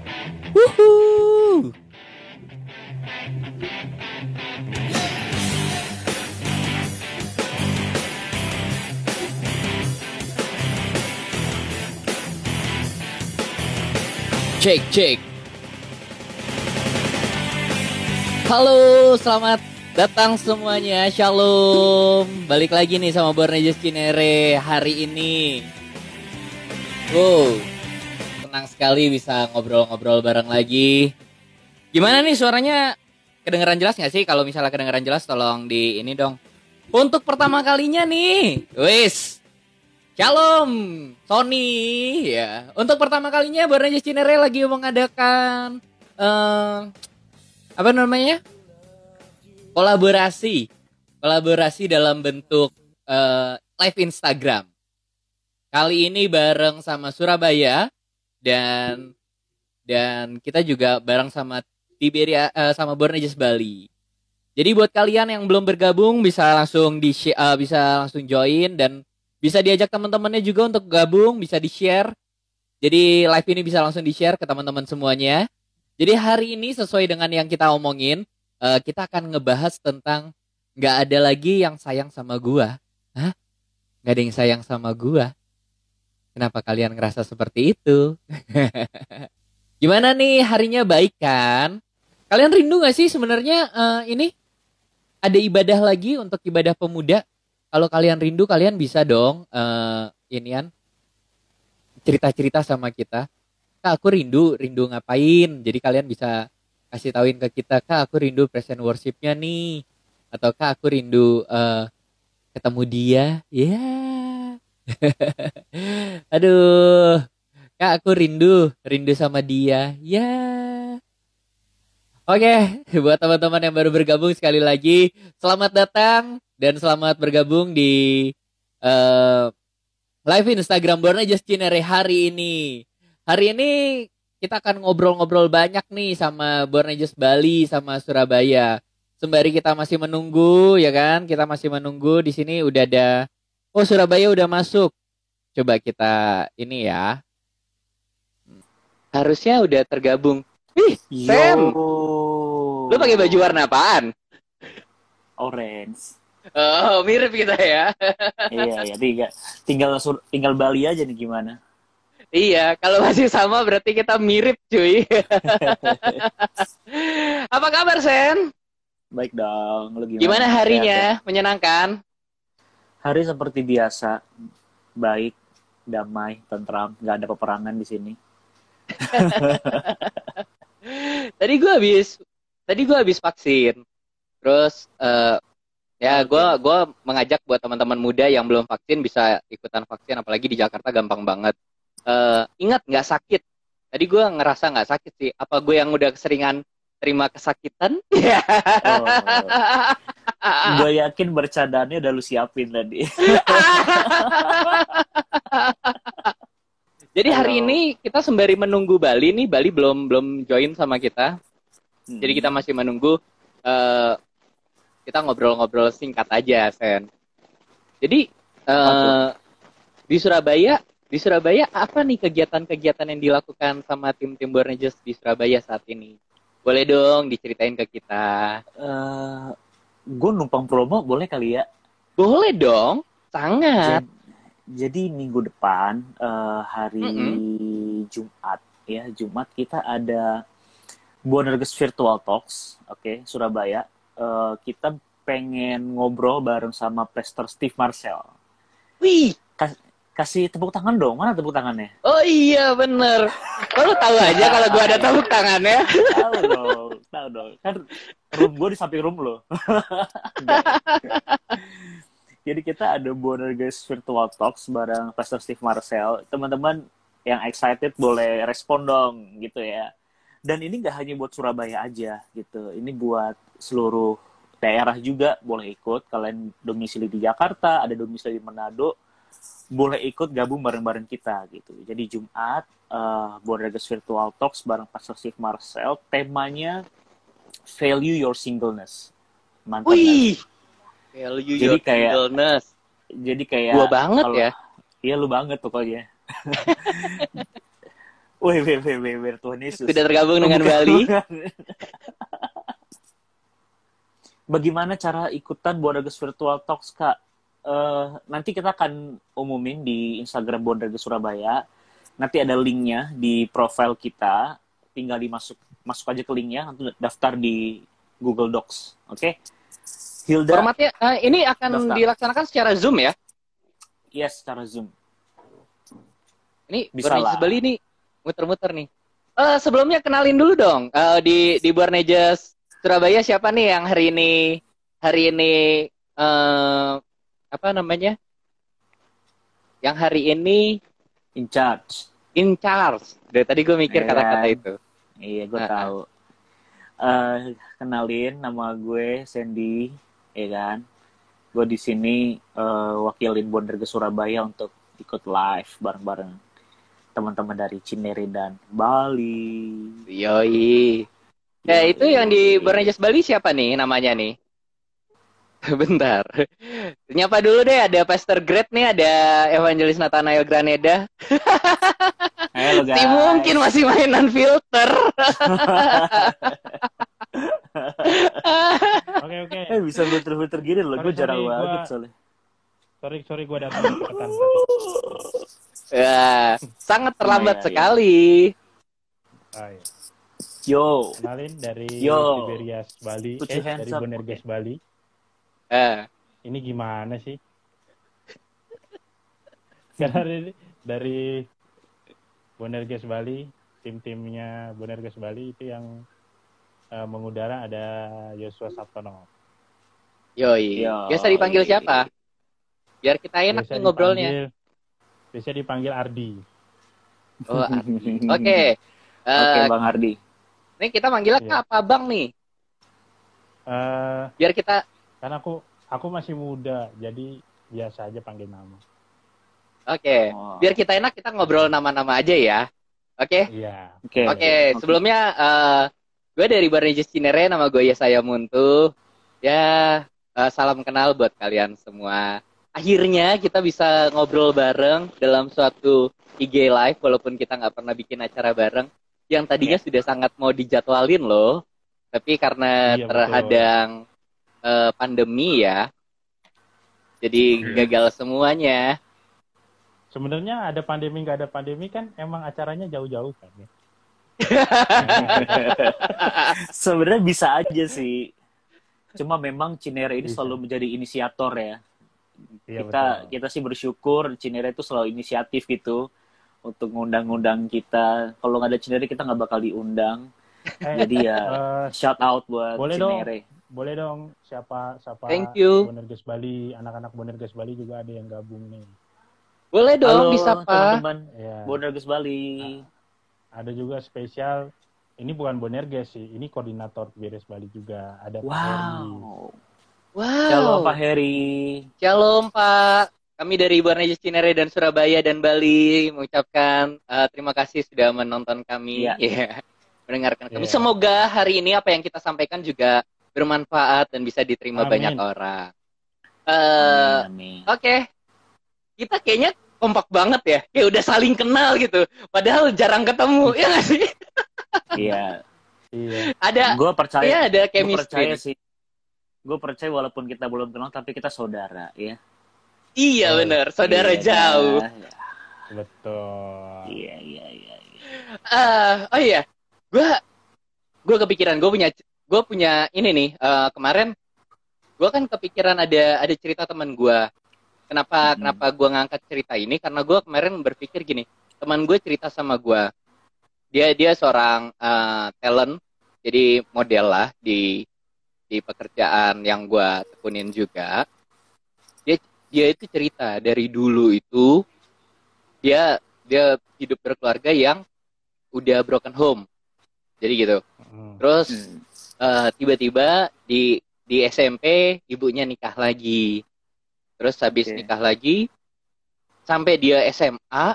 Wuhu. Cek cek. Halo, selamat datang semuanya. Shalom. Balik lagi nih sama Born Ages Cinere hari ini. Wow, senang sekali bisa ngobrol-ngobrol bareng lagi. Gimana nih suaranya? Kedengeran jelas gak sih? Kalau misalnya kedengeran jelas tolong di ini dong. Untuk pertama kalinya nih. Wis. Shalom, Sony ya. Untuk pertama kalinya Born Ages Cinere lagi mengadakan apa namanya? Kolaborasi dalam bentuk live Instagram. Kali ini bareng sama Surabaya dan kita juga bareng sama Tiberia sama Born Ages Bali. Jadi buat kalian yang belum bergabung bisa langsung bisa langsung join dan bisa diajak teman-temannya juga untuk gabung, bisa di-share. Jadi live ini bisa langsung di-share ke teman-teman semuanya. Jadi hari ini sesuai dengan yang kita omongin, kita akan ngebahas tentang gak ada lagi yang sayang sama gua. Hah? Gak ada yang sayang sama gua? Kenapa kalian ngerasa seperti itu? Gimana nih harinya, baik kan? Kalian rindu gak sih sebenarnya ini ada ibadah lagi untuk ibadah pemuda? Kalau kalian rindu, kalian bisa dong inian cerita-cerita sama kita. Kak, aku rindu ngapain? Jadi kalian bisa kasih tauin ke kita, Kak, aku rindu present worship-nya nih. Atau Kak, aku rindu ketemu dia. Ya. Yeah. Aduh. Kak, aku rindu sama dia. Ya. Yeah. Oke, buat teman-teman yang baru bergabung sekali lagi, selamat datang dan selamat bergabung di live Instagram Born Ages Cinere hari ini. Hari ini kita akan ngobrol-ngobrol banyak nih sama Born Ages Bali sama Surabaya. Sembari kita masih menunggu, ya kan? Kita masih menunggu. Di sini udah ada. Oh, Surabaya udah masuk. Coba kita ini ya. Harusnya udah tergabung. Wih, Sam. Lu pakai baju warna apaan? Orange. Oh, mirip kita ya. Iya, tinggal Bali aja nih gimana? Iya, kalau masih sama berarti kita mirip, cuy. Apa kabar, Sen? Baik dong, lu gimana? Gimana harinya? Sehat, ya? Menyenangkan? Hari seperti biasa, baik, damai, tentram, nggak ada peperangan di sini. Tadi gue habis vaksin. Terus ya gue mengajak buat teman-teman muda yang belum vaksin bisa ikutan vaksin, apalagi di Jakarta gampang banget. Ingat nggak sakit. Tadi gue ngerasa nggak sakit sih. Apa gue yang udah keseringan terima kesakitan? Gue yakin bercandanya udah lu siapin tadi. Jadi hari ini kita sembari menunggu Bali nih, Bali belum join sama kita. Jadi kita masih menunggu. Kita ngobrol-ngobrol singkat aja, Sen. Jadi di Surabaya apa nih kegiatan-kegiatan yang dilakukan sama tim Born Ages di Surabaya saat ini? Boleh dong diceritain ke kita. Gue numpang promo boleh kali ya? Boleh dong, sangat. Jadi minggu depan hari Jumat ya, Jumat kita ada Born Ages Virtual Talks, oke, Surabaya. Kita pengen ngobrol bareng sama Pastor Steve Marcel. Wih, kasih tepuk tangan dong, mana tepuk tangannya? Oh iya bener, lo tahu aja kalau gue ada tepuk tangannya. Tahu dong, kan room gue di samping room lo. Jadi kita ada Born Ages Virtual Talks bareng Pastor Steve Marcel. Teman-teman yang excited boleh respon dong gitu ya. Dan ini nggak hanya buat Surabaya aja gitu. Ini buat seluruh daerah juga boleh ikut. Kalian domisili di Jakarta, ada domisili di Manado, boleh ikut gabung bareng-bareng kita gitu. Jadi Jumat Born Ages Virtual Talks bareng Pastor Steve Marcel. Temanya Value Your Singleness. Mantap. Wih. Jadi kayak gua banget ya. Iya lu banget pokoknya. Wih, Tuhan Yesus. Sudah tergabung dengan Bali. Bagaimana cara ikutan Bonarges Virtual Talks, Kak? Nanti kita akan umumin di Instagram Bonarges Surabaya. Nanti ada linknya di profile kita. Tinggal masuk aja ke linknya, nanti daftar di Google Docs. Oke? Hilda. Formatnya ini akan dilaksanakan secara Zoom ya? Yes, secara Zoom. Ini Bisa Borneges lah. Bali nih, muter-muter nih. Sebelumnya kenalin dulu dong, di Borneges Surabaya siapa nih yang hari ini apa namanya? Yang hari ini In charge. in charge. Dari tadi gue mikir kata-kata itu. Iya, gue tahu. Kenalin, nama gue Sandy, ya kan? Gue di sini wakilin Bonarges Surabaya untuk ikut live bareng-bareng teman-teman dari Cinere dan Bali. Yoi. Ya, itu yang di Borneges Bali siapa nih namanya nih? Bentar. Nyapa dulu deh, ada Pastor Great nih, ada Evangelis Nathanael Graneda. Halo guys. Si mungkin masih mainan filter. Oke. Bisa filter-filter gini loh, gue jarang banget soalnya. Sorry gue datang cepetan. Ya, sangat terlambat Ya. sekali. Iya. Yo. Kenalin dari Yo. Tiberias Bali, Put your hands dari up. Bonarges Bali. Ini gimana sih? Karena dari Bonarges Bali, tim-timnya Bonarges Bali itu yang mengudara ada Yosua Sabtono. Yoi. Biasa dipanggil siapa? Biar kita enak nih ngobrolnya. Biasa dipanggil Ardi. Oh, Ardi. Oke. Oke, Bang Ardi. Ini kita manggilnya Iya. apa Bang nih? Biar kita Karena aku masih muda, jadi biasa aja panggil nama. Oke. Oh. Biar kita enak kita ngobrol nama-nama aja ya. Oke? Iya. Oke, sebelumnya gue dari Borneges Cinere, nama gue Yesaya Muntu. Ya, salam kenal buat kalian semua. Akhirnya kita bisa ngobrol bareng dalam suatu IG Live, walaupun kita nggak pernah bikin acara bareng. Yang tadinya sudah sangat mau dijadwalin loh. Tapi karena terhadang pandemi ya, jadi gagal semuanya. Sebenarnya ada pandemi nggak ada pandemi kan emang acaranya jauh-jauh kan ya. Sebenarnya bisa aja sih. Cuma memang Cinere ini selalu menjadi inisiator ya. Iya, Kita sih bersyukur Cinere itu selalu inisiatif gitu untuk ngundang-ngundang kita. Kalau nggak ada Cinere kita nggak bakal diundang. Jadi ya shout out buat Cinere. Boleh dong siapa Thank you. Bonarges Bali, anak-anak Bonarges Bali juga ada yang gabung nih. Boleh dong, Halo, disapa. teman-teman Ya. Bonarges Bali. Ada juga spesial, ini bukan Bonarges sih, ini koordinator Tiberias Bali juga. Ada Pak Heri. Wow. Shalom Pak Heri. Shalom Pak. Kami dari Borneges Cinere dan Surabaya dan Bali mengucapkan terima kasih sudah menonton kami. Iya. Mendengarkan kami. Semoga hari ini apa yang kita sampaikan juga bermanfaat dan bisa diterima banyak orang. Amin. Oke. Kita kayaknya kompak banget ya. Kayak udah saling kenal gitu. Padahal jarang ketemu. Ya nggak sih? Iya. Gue percaya. Iya, ada chemistry. Gue percaya sih. Gue percaya walaupun kita belum kenal tapi kita saudara ya. Iya benar, saudara jauh. Betul. Iya. Oh iya, gue kepikiran, gue punya ini nih. Kemarin gue kan kepikiran ada cerita teman gue. Kenapa gue ngangkat cerita ini? Karena gue kemarin berpikir gini, teman gue cerita sama gue, dia seorang talent, jadi model lah di pekerjaan yang gue tekunin juga. Dia itu cerita dari dulu itu dia hidup berkeluarga yang udah broken home, jadi gitu. Terus tiba-tiba di SMP ibunya nikah lagi. Terus habis nikah lagi sampai dia SMA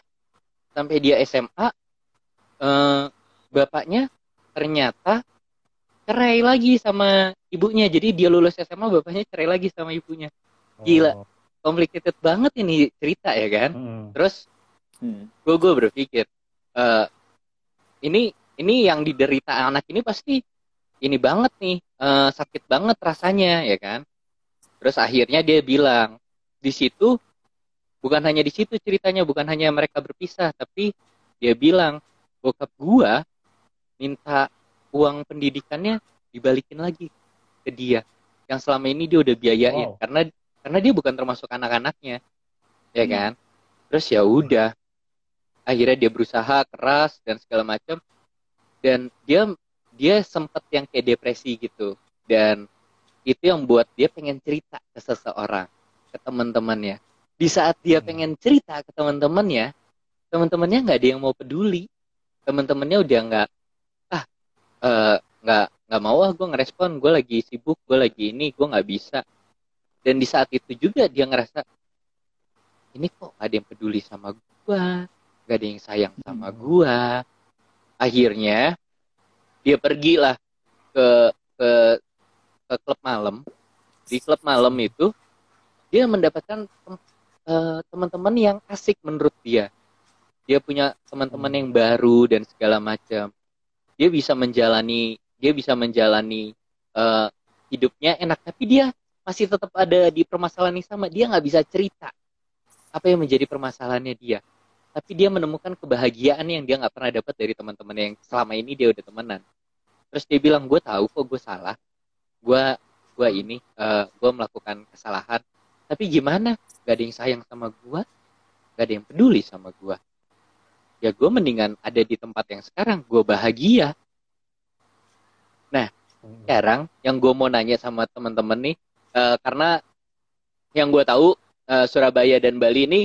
bapaknya ternyata cerai lagi sama ibunya. Jadi dia lulus SMA bapaknya cerai lagi sama ibunya. Gila. Complicated banget ini cerita ya kan. Terus gue berpikir ini yang diderita anak ini pasti ini banget nih, sakit banget rasanya ya kan. Terus akhirnya dia bilang di situ, bukan hanya di situ ceritanya, bukan hanya mereka berpisah, tapi dia bilang bokap gua minta uang pendidikannya dibalikin lagi ke dia yang selama ini dia udah biayain. Wow. Karena dia bukan termasuk anak-anaknya ya kan. Terus ya udah, akhirnya dia berusaha keras dan segala macam, dan dia sempat yang kayak depresi gitu, dan itu yang buat dia pengen cerita ke seseorang, ke teman-temannya. Di saat dia pengen cerita ke teman-temannya nggak ada yang mau peduli. Teman-temannya udah nggak mau, gue ngerespon, gue lagi sibuk, gue lagi ini, gue nggak bisa. Dan di saat itu juga dia ngerasa, ini kok gak ada yang peduli sama gue, gak ada yang sayang sama gue. Akhirnya dia pergilah ke ke ke klub malam. Di klub malam itu dia mendapatkan teman-teman yang asik menurut dia. Dia punya teman-teman yang baru dan segala macam. Dia bisa menjalani hidupnya enak, tapi dia masih tetap ada di permasalahan yang sama. Dia nggak bisa cerita apa yang menjadi permasalahannya dia, tapi dia menemukan kebahagiaan yang dia nggak pernah dapat dari teman-teman yang selama ini dia udah temenan. Terus dia bilang, gue tahu kok gue salah, gue melakukan kesalahan, tapi gimana, gak ada yang sayang sama gue, gak ada yang peduli sama gue. Ya gue mendingan ada di tempat yang sekarang, gue bahagia. Nah, sekarang yang gue mau nanya sama teman-teman nih, karena yang gue tahu Surabaya dan Bali ini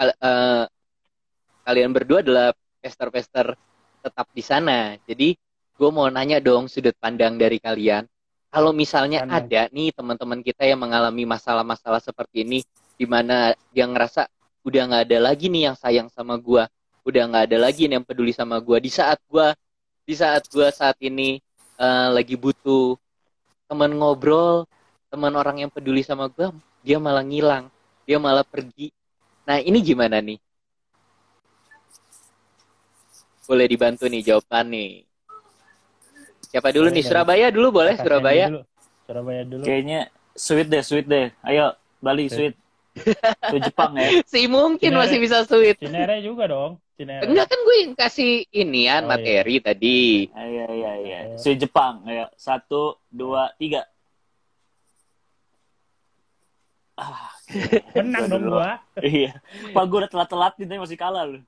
kalian berdua adalah pester-pester tetap di sana. Jadi gue mau nanya dong sudut pandang dari kalian. Kalau misalnya ada nih teman-teman kita yang mengalami masalah-masalah seperti ini, di mana dia ngerasa udah nggak ada lagi nih yang sayang sama gue, udah nggak ada lagi nih yang peduli sama gue. Di saat gue saat ini lagi butuh teman ngobrol, teman orang yang peduli sama gue, dia malah ngilang, dia malah pergi. Nah ini gimana nih? Boleh dibantu nih jawaban nih. Siapa dulu nih? Surabaya dulu boleh? Surabaya. Surabaya dulu. Kayaknya sweet deh. Ayo, Bali sweet. Itu Jepang ya. Si mungkin masih bisa sweet. Cinere juga dong. Cinere. Enggak kan gue yang kasih inian materi tadi. Iya. Sweet Jepang. Ayo, 1, 2, 3. Menang dong gua. Iya. Pak gue udah telat-telat nih, masih kalah lu.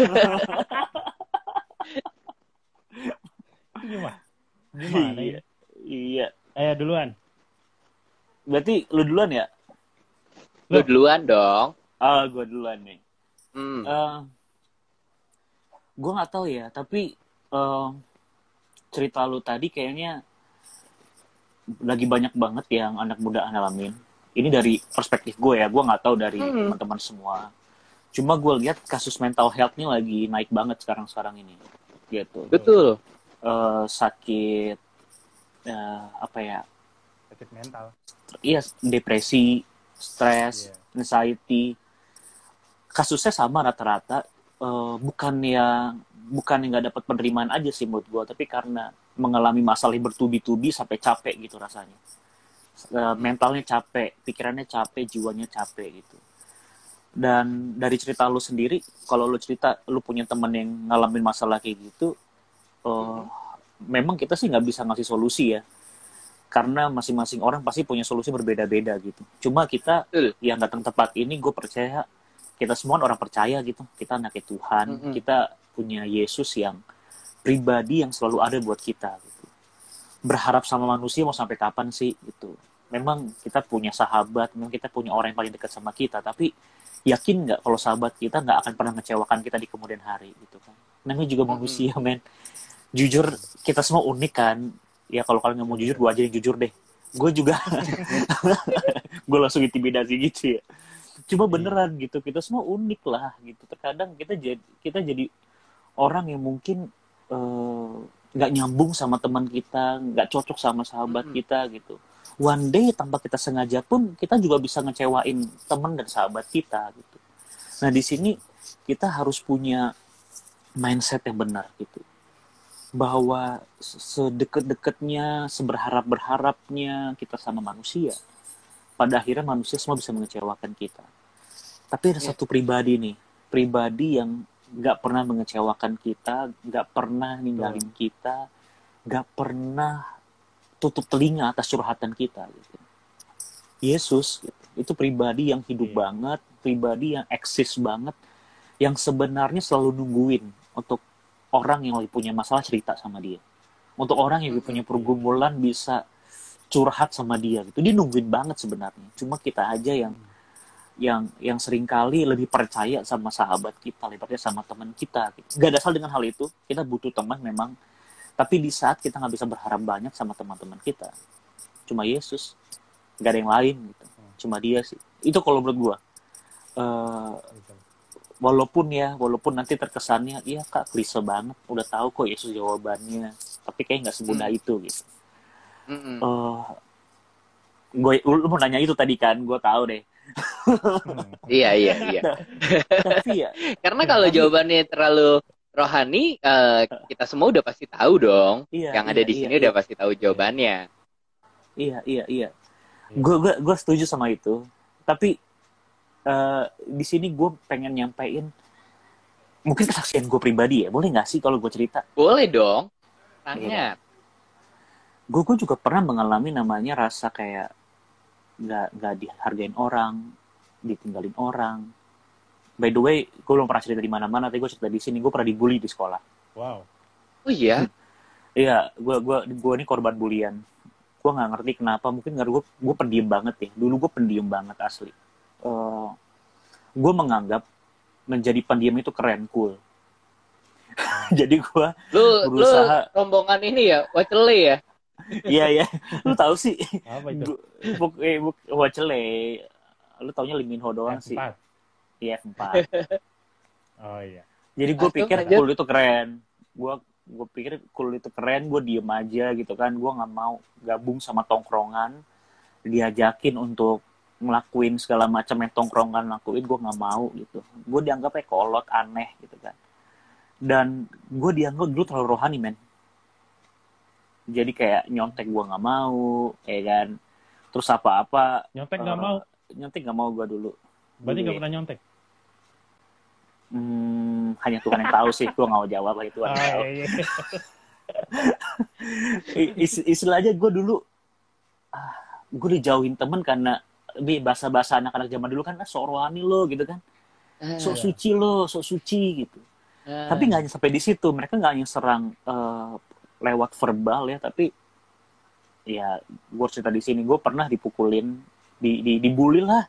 Gimana ya? Iya. Ayo duluan. Berarti lu duluan ya? Lu duluan dong. Gue duluan nih. Gue nggak tahu ya, tapi cerita lu tadi kayaknya lagi banyak banget yang anak muda ngalamin. Ini dari perspektif gue ya, gue nggak tahu dari teman-teman semua. Cuma gue lihat kasus mental health ini lagi naik banget sekarang ini, gitu. Betul. Sakit sakit mental. Iya, depresi, stres, anxiety. Kasusnya sama rata-rata. Bukan yang nggak dapat penerimaan aja sih menurut gue, tapi karena mengalami masalah bertubi-tubi sampai capek gitu rasanya. Mentalnya capek, pikirannya capek, jiwanya capek gitu. Dan dari cerita lu sendiri, kalau lu cerita lu punya teman yang ngalamin masalah kayak gitu, memang kita sih nggak bisa ngasih solusi ya, karena masing-masing orang pasti punya solusi berbeda-beda gitu. Cuma kita yang datang tempat ini, gue percaya kita semua orang percaya gitu, kita anaknya Tuhan, kita punya Yesus yang pribadi yang selalu ada buat kita gitu. Berharap sama manusia mau sampai kapan sih gitu. Memang kita punya sahabat, memang kita punya orang yang paling dekat sama kita, tapi yakin nggak kalau sahabat kita nggak akan pernah mengecewakan kita di kemudian hari gitu kan. Namanya juga manusia, men. Jujur, kita semua unik kan. Ya kalau kalian nggak mau jujur, gue aja yang jujur deh. Gue juga, gue langsung intimidasi gitu ya. Cuma beneran gitu, kita semua unik lah gitu. Terkadang kita jadi orang yang mungkin nggak nyambung sama teman kita, nggak cocok sama sahabat kita gitu. One day tanpa kita sengaja pun kita juga bisa ngecewain teman dan sahabat kita gitu. Nah di sini kita harus punya mindset yang benar gitu. bahwa sedekat-dekatnya, seberharap-berharapnya kita sama manusia, pada akhirnya manusia semua bisa mengecewakan kita. Tapi ada Iya. satu pribadi nih, pribadi yang nggak pernah mengecewakan kita, nggak pernah ninggalin kita, nggak pernah tutup telinga atas curhatan kita. Gitu. Yesus, gitu. Itu pribadi yang hidup Iya. banget, pribadi yang eksis banget, yang sebenarnya selalu nungguin untuk orang yang lagi punya masalah cerita sama dia. Untuk orang yang punya pergumulan bisa curhat sama dia gitu. Dia nungguin banget sebenarnya. Cuma kita aja yang seringkali lebih percaya sama sahabat kita, lebarnya sama teman kita. Gitu. Gak ada salah dengan hal itu. Kita butuh teman memang. Tapi di saat kita nggak bisa berharap banyak sama teman-teman kita, cuma Yesus. Gak ada yang lain gitu. Cuma dia sih. Itu kalau menurut gue. Walaupun nanti terkesannya, iya kak klise banget. Udah tahu kok Yesus jawabannya. Tapi kayak nggak semudah itu gitu. Lu mau nanya itu tadi kan, gue tahu deh. Iya. Tapi ya, Karena kalau jawabannya terlalu rohani, kita semua udah pasti tahu dong. Yang ada di sini udah pasti tahu jawabannya. Iya. Gue setuju sama itu. Tapi di sini gue pengen nyampein mungkin kesaksian gue pribadi ya. Boleh nggak sih kalau gue cerita? Boleh dong. Sangat. Gue juga pernah mengalami namanya rasa kayak nggak dihargain orang, ditinggalin orang. By the way, gue belum pernah cerita di mana-mana, tapi gue cerita di sini. Gue pernah dibully di sekolah. Wow. Oh iya? Iya, gue ini korban bulian. Gue nggak ngerti kenapa. Mungkin gue pendiam banget ya. Dulu gue pendiam banget asli. Gue menganggap menjadi pendiam itu keren, cool. Jadi gue berusaha. Lu rombongan ini ya, Wacele ya? Iya. Lu tahu sih? Apa itu? Wacele. Lu taunya Lee Min Ho doang sih. Iya, F4. Oh iya. Jadi gue pikir cool itu keren. Gue pikir cool itu keren, gue diem aja gitu kan. Gue nggak mau gabung sama tongkrongan, diajakin untuk ngelakuin segala macam yang tongkrongan lakuin, gue nggak mau gitu. Gue dianggapnya kolot, aneh gitu kan. Dan gue dianggap dulu terlalu rohani, men. Jadi kayak nyontek gue nggak mau, ya kan. Terus apa-apa. Nyontek nggak mau? Nyontek nggak mau gue dulu. Berarti nggak pernah nyontek? Hanya Tuhan yang tahu sih. Gue nggak mau jawab, itu Tuhan yang tahu. Istilahnya gue dulu, gue dijauhin temen karena bahasa-bahasa anak-anak zaman dulu kan, sok rohani lo gitu kan. Sok suci lo, sok suci gitu. Tapi nggak hanya sampai di situ. Mereka nggak hanya serang lewat verbal ya, tapi ya gue cerita di sini, gue pernah dipukulin, dibully lah,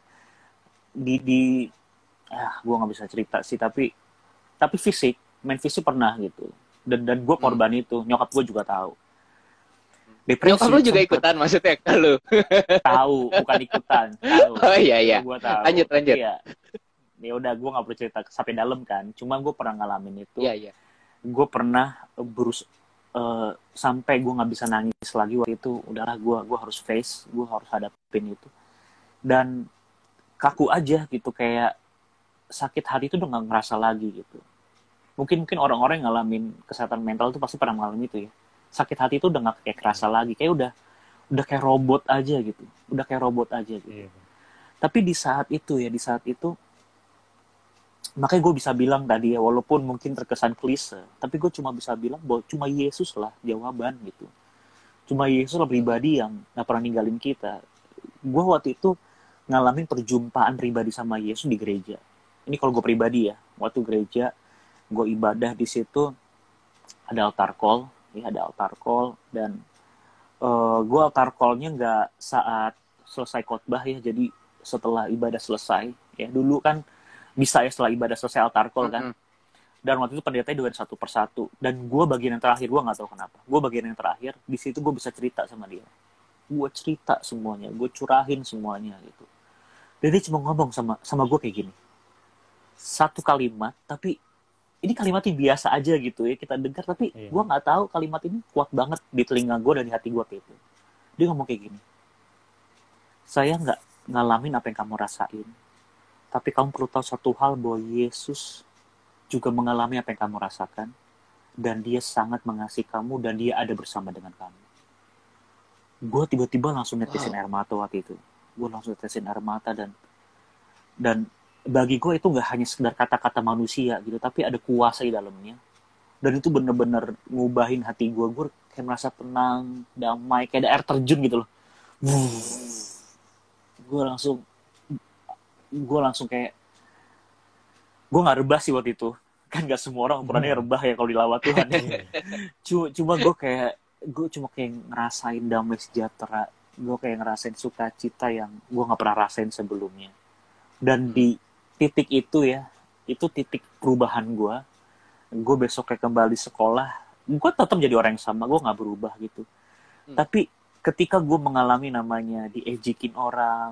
gue nggak bisa cerita sih, tapi fisik, main fisik pernah gitu, dan gue korban itu, nyokap gue juga tahu. Depresi. Nyokap lu juga ikutan maksudnya ke lu? Tahu, bukan ikutan, tahu. Oh iya. Gue tahu. Lanjut. Iya. Ya udah, gue nggak perlu cerita sampai dalam kan, cuma gue pernah ngalamin itu. Iya. Gue pernah sampai gue nggak bisa nangis lagi waktu itu. Udahlah, gue harus face, gue harus hadapin itu, dan kaku aja gitu, kayak sakit hati itu udah nggak ngerasa lagi gitu. Mungkin orang-orang yang ngalamin kesehatan mental itu pasti pernah mengalami itu ya. Sakit hati itu udah nggak kayak kerasa lagi, kayak udah kayak robot aja gitu, Iya. Tapi di saat itu makanya gue bisa bilang tadi ya, walaupun mungkin terkesan klise, tapi gue cuma bisa bilang bahwa cuma Yesus lah jawaban gitu. Cuma Yesus lah pribadi yang gak pernah ninggalin kita. Gue waktu itu ngalamin perjumpaan pribadi sama Yesus di gereja. Ini kalau gue pribadi ya, waktu gereja gue ibadah di situ, ada altar call, dan gue altar call-nya nggak saat selesai khotbah ya, jadi setelah ibadah selesai ya. Dulu kan bisa ya setelah ibadah selesai altar call kan. Dan waktu itu pendetanya doain satu persatu, dan gue bagian yang terakhir, gue nggak tahu kenapa gue bagian yang terakhir. Di situ gue bisa cerita sama dia, gue cerita semuanya, gue curahin semuanya gitu. Dan dia cuma ngomong sama gue kayak gini, satu kalimat, tapi ini kalimat yang biasa aja gitu ya kita dengar, tapi gue nggak tahu kalimat ini kuat banget di telinga gue dan di hati gue kayak gitu. Dia ngomong kayak gini, saya nggak ngalamin apa yang kamu rasain, tapi kamu perlu tahu satu hal, bahwa Yesus juga mengalami apa yang kamu rasakan, dan dia sangat mengasihi kamu dan dia ada bersama dengan kamu. Gue tiba-tiba langsung netesin air mata waktu itu. Gue langsung netesin air mata dan bagi gue itu nggak hanya sekedar kata-kata manusia gitu, tapi ada kuasa di dalamnya. Dan itu bener-bener ngubahin hati gue. Gue kayak merasa tenang, damai, kayak ada air terjun gitu loh. Gue langsung kayak gue nggak rebah sih waktu itu. Kan nggak semua orang ukurannya rebah ya kalau dilawat Tuhan. Cuma gue cuma kayak ngerasain damai sejahtera. Gue kayak ngerasain sukacita yang gue nggak pernah rasain sebelumnya. Dan di titik itu ya, itu titik perubahan gue. Gue besok kayak kembali sekolah, gue tetap jadi orang yang sama, gue nggak berubah gitu. Tapi ketika gue mengalami namanya diejekin orang,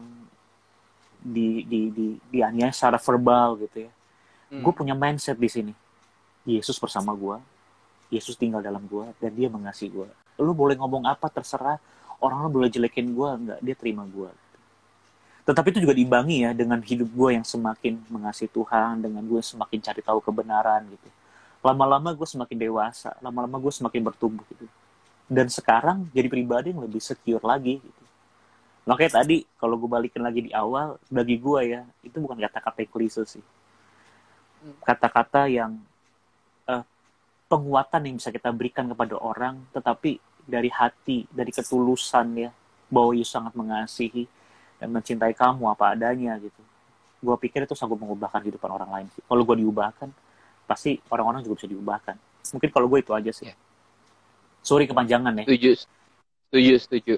dianiaya secara verbal gitu ya, gue punya mindset di sini. Yesus bersama gue, Yesus tinggal dalam gue, dan dia mengasihi gue. Lu boleh ngomong apa terserah, orang lu boleh jelekin gue, enggak, dia terima gue. Tetapi itu juga diimbangi ya dengan hidup gue yang semakin mengasihi Tuhan, dengan gue semakin cari tahu kebenaran gitu. Lama-lama gue semakin dewasa, lama-lama gue semakin bertumbuh gitu. Dan sekarang jadi pribadi yang lebih secure lagi gitu. Makanya tadi kalau gue balikin lagi di awal, bagi gue ya, itu bukan kata-kata yang klise sih. Kata-kata yang penguatan yang bisa kita berikan kepada orang, tetapi dari hati, dari ketulusan ya, bahwa Yesus sangat mengasihi dan mencintai kamu apa adanya gitu. Gue pikir itu sanggup mengubahkan kehidupan orang lain sih. Kalau gue diubahkan, pasti orang-orang juga bisa diubahkan. Mungkin kalau gue itu aja sih. Sorry kepanjangan ya. Setuju.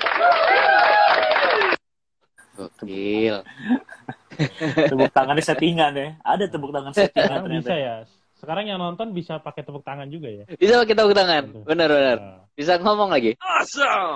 Gokil. Tepuk tangannya settingan ya. Ada tepuk tangan settingan Sekarang ternyata. bisa ya. Sekarang yang nonton bisa pakai tepuk tangan juga ya. Bisa pakai tepuk tangan. Benar. Bisa ngomong lagi. Awesome.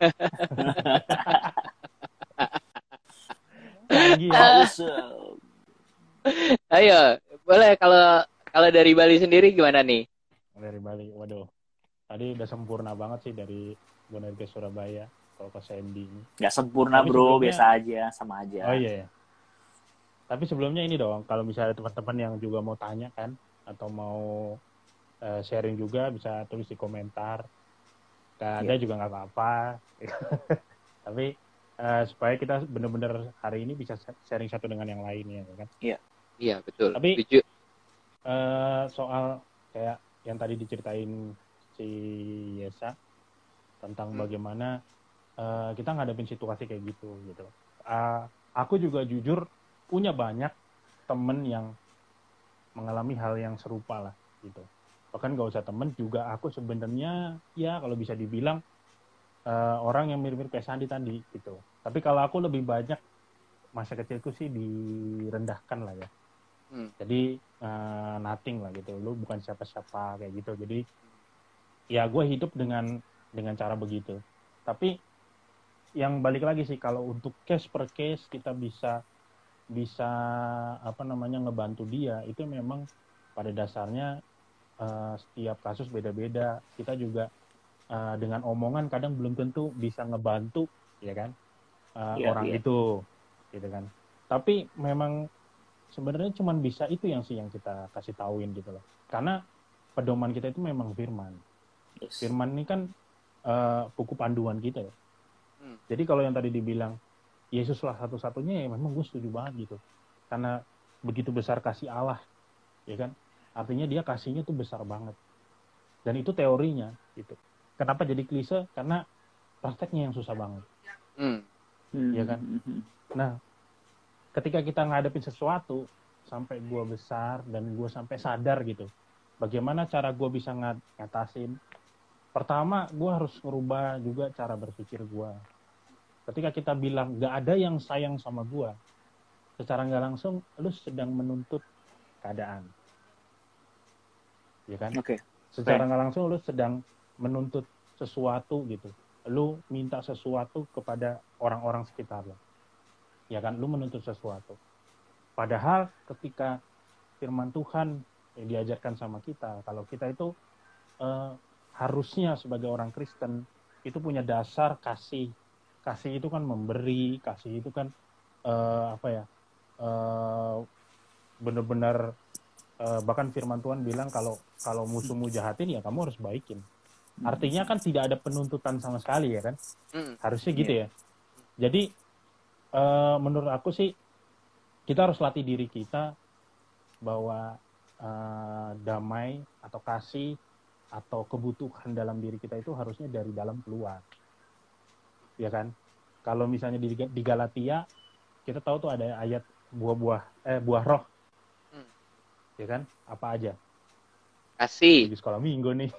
Awesome. Ayo, boleh kalau dari Bali sendiri gimana nih? Dari Bali, waduh. Tadi udah sempurna banget sih dari Bonerges Surabaya kalau ke Sandy ini. Gak sempurna bro, biasa aja, sama aja. Oh iya. Tapi sebelumnya ini dong, kalau misalnya teman-teman yang juga mau tanya kan, atau mau sharing juga bisa tulis di komentar. Gak ada juga nggak apa-apa. Tapi supaya kita benar-benar hari ini bisa sharing satu dengan yang lainnya, kan? Iya betul. Tapi soal kayak yang tadi diceritain si Yesa tentang bagaimana kita ngadepin situasi kayak gitu. Aku juga jujur punya banyak temen yang mengalami hal yang serupa lah gitu. Bahkan gak usah temen juga, aku sebenarnya ya kalau bisa dibilang orang yang mirip-mirip kayak Sandi tadi gitu. Tapi kalau aku lebih banyak masa kecilku sih direndahkan lah ya. Jadi nothing lah gitu. Lu bukan siapa-siapa kayak gitu. Jadi ya gue hidup dengan cara begitu. Tapi yang balik lagi sih, kalau untuk case per case kita bisa ngebantu dia, itu memang pada dasarnya setiap kasus beda-beda. Kita juga dengan omongan kadang belum tentu bisa ngebantu, ya kan, orang itu, gitu kan. Tapi memang sebenarnya cuma bisa itu yang kita kasih tauin gitu loh. Karena pedoman kita itu memang firman. Firman ini kan buku panduan kita ya. Jadi kalau yang tadi dibilang Yesuslah satu-satunya, ya memang gue setuju banget gitu. Karena begitu besar kasih Allah, ya kan? Artinya dia kasihnya tuh besar banget. Dan itu teorinya gitu. Kenapa jadi klise? Karena prakteknya yang susah banget. Ya kan? Nah, ketika kita ngadepin sesuatu sampai gue besar dan gue sampai sadar gitu, bagaimana cara gue bisa ngatasin? Pertama, gue harus ngerubah juga cara berpikir gue. Ketika kita bilang gak ada yang sayang sama gue, secara nggak langsung lu sedang menuntut keadaan, ya kan? Secara nggak langsung lu sedang menuntut sesuatu gitu. Lu minta sesuatu kepada orang-orang sekitar lo, ya kan? Lu menuntut sesuatu. Padahal ketika firman Tuhan yang diajarkan sama kita, kalau kita itu harusnya sebagai orang Kristen itu punya dasar kasih. Kasih itu kan memberi, kasih itu kan benar-benar bahkan firman Tuhan bilang kalau musuhmu jahatin ya kamu harus baikin. Artinya kan tidak ada penuntutan sama sekali ya kan? Harusnya gitu ya. Jadi menurut aku sih kita harus latih diri kita bahwa damai atau kasih atau kebutuhan dalam diri kita itu harusnya dari dalam keluar. Ya kan? Kalau misalnya di Galatia kita tahu tuh ada ayat buah roh. Ya kan? Apa aja? Kasih. Di sekolah minggu nih.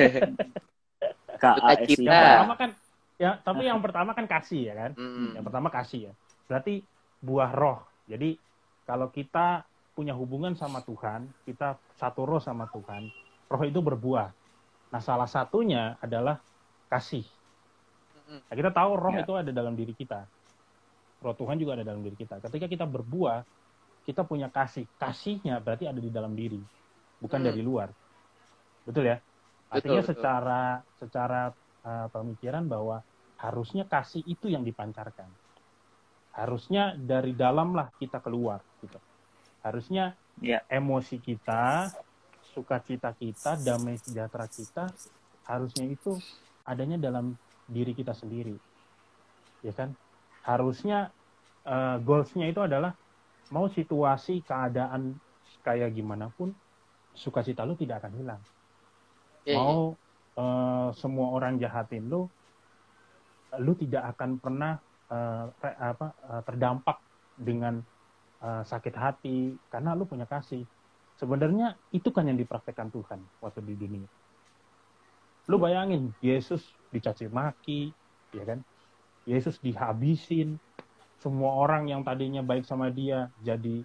KASI. Yang pertama kan yang pertama kan kasih ya kan? Yang pertama kasih ya. Berarti buah roh. Jadi kalau kita punya hubungan sama Tuhan, kita satu roh sama Tuhan, roh itu berbuah. Nah, salah satunya adalah kasih. Nah, kita tahu roh itu ada dalam diri kita. Roh Tuhan juga ada dalam diri kita. Ketika kita berbuah, kita punya kasih. Kasihnya berarti ada di dalam diri, bukan dari luar. Betul ya? Artinya betul. secara pemikiran bahwa harusnya kasih itu yang dipancarkan. Harusnya dari dalam lah kita keluar gitu. Harusnya emosi kita, sukacita kita, damai sejahtera kita harusnya itu adanya dalam diri kita sendiri. Ya kan? Harusnya goals-nya itu adalah mau situasi keadaan kayak gimana pun sukacita lu tidak akan hilang. Mau semua orang jahatin lu tidak akan pernah terdampak dengan sakit hati karena lu punya kasih. Sebenarnya itu kan yang dipraktekkan Tuhan waktu di dunia. Lu bayangin Yesus dicaci maki, ya kan? Yesus dihabisin, semua orang yang tadinya baik sama dia jadi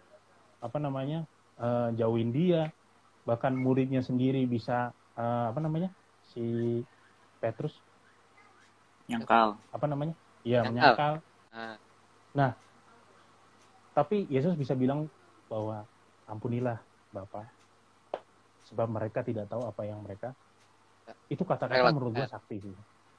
jauhin dia, bahkan muridnya sendiri bisa si Petrus nyangkal. Iya, menyangkal. Nah, tapi Yesus bisa bilang bahwa ampunilah Bapa, sebab mereka tidak tahu apa yang mereka. Itu kata-kata menurut gua sakti sih.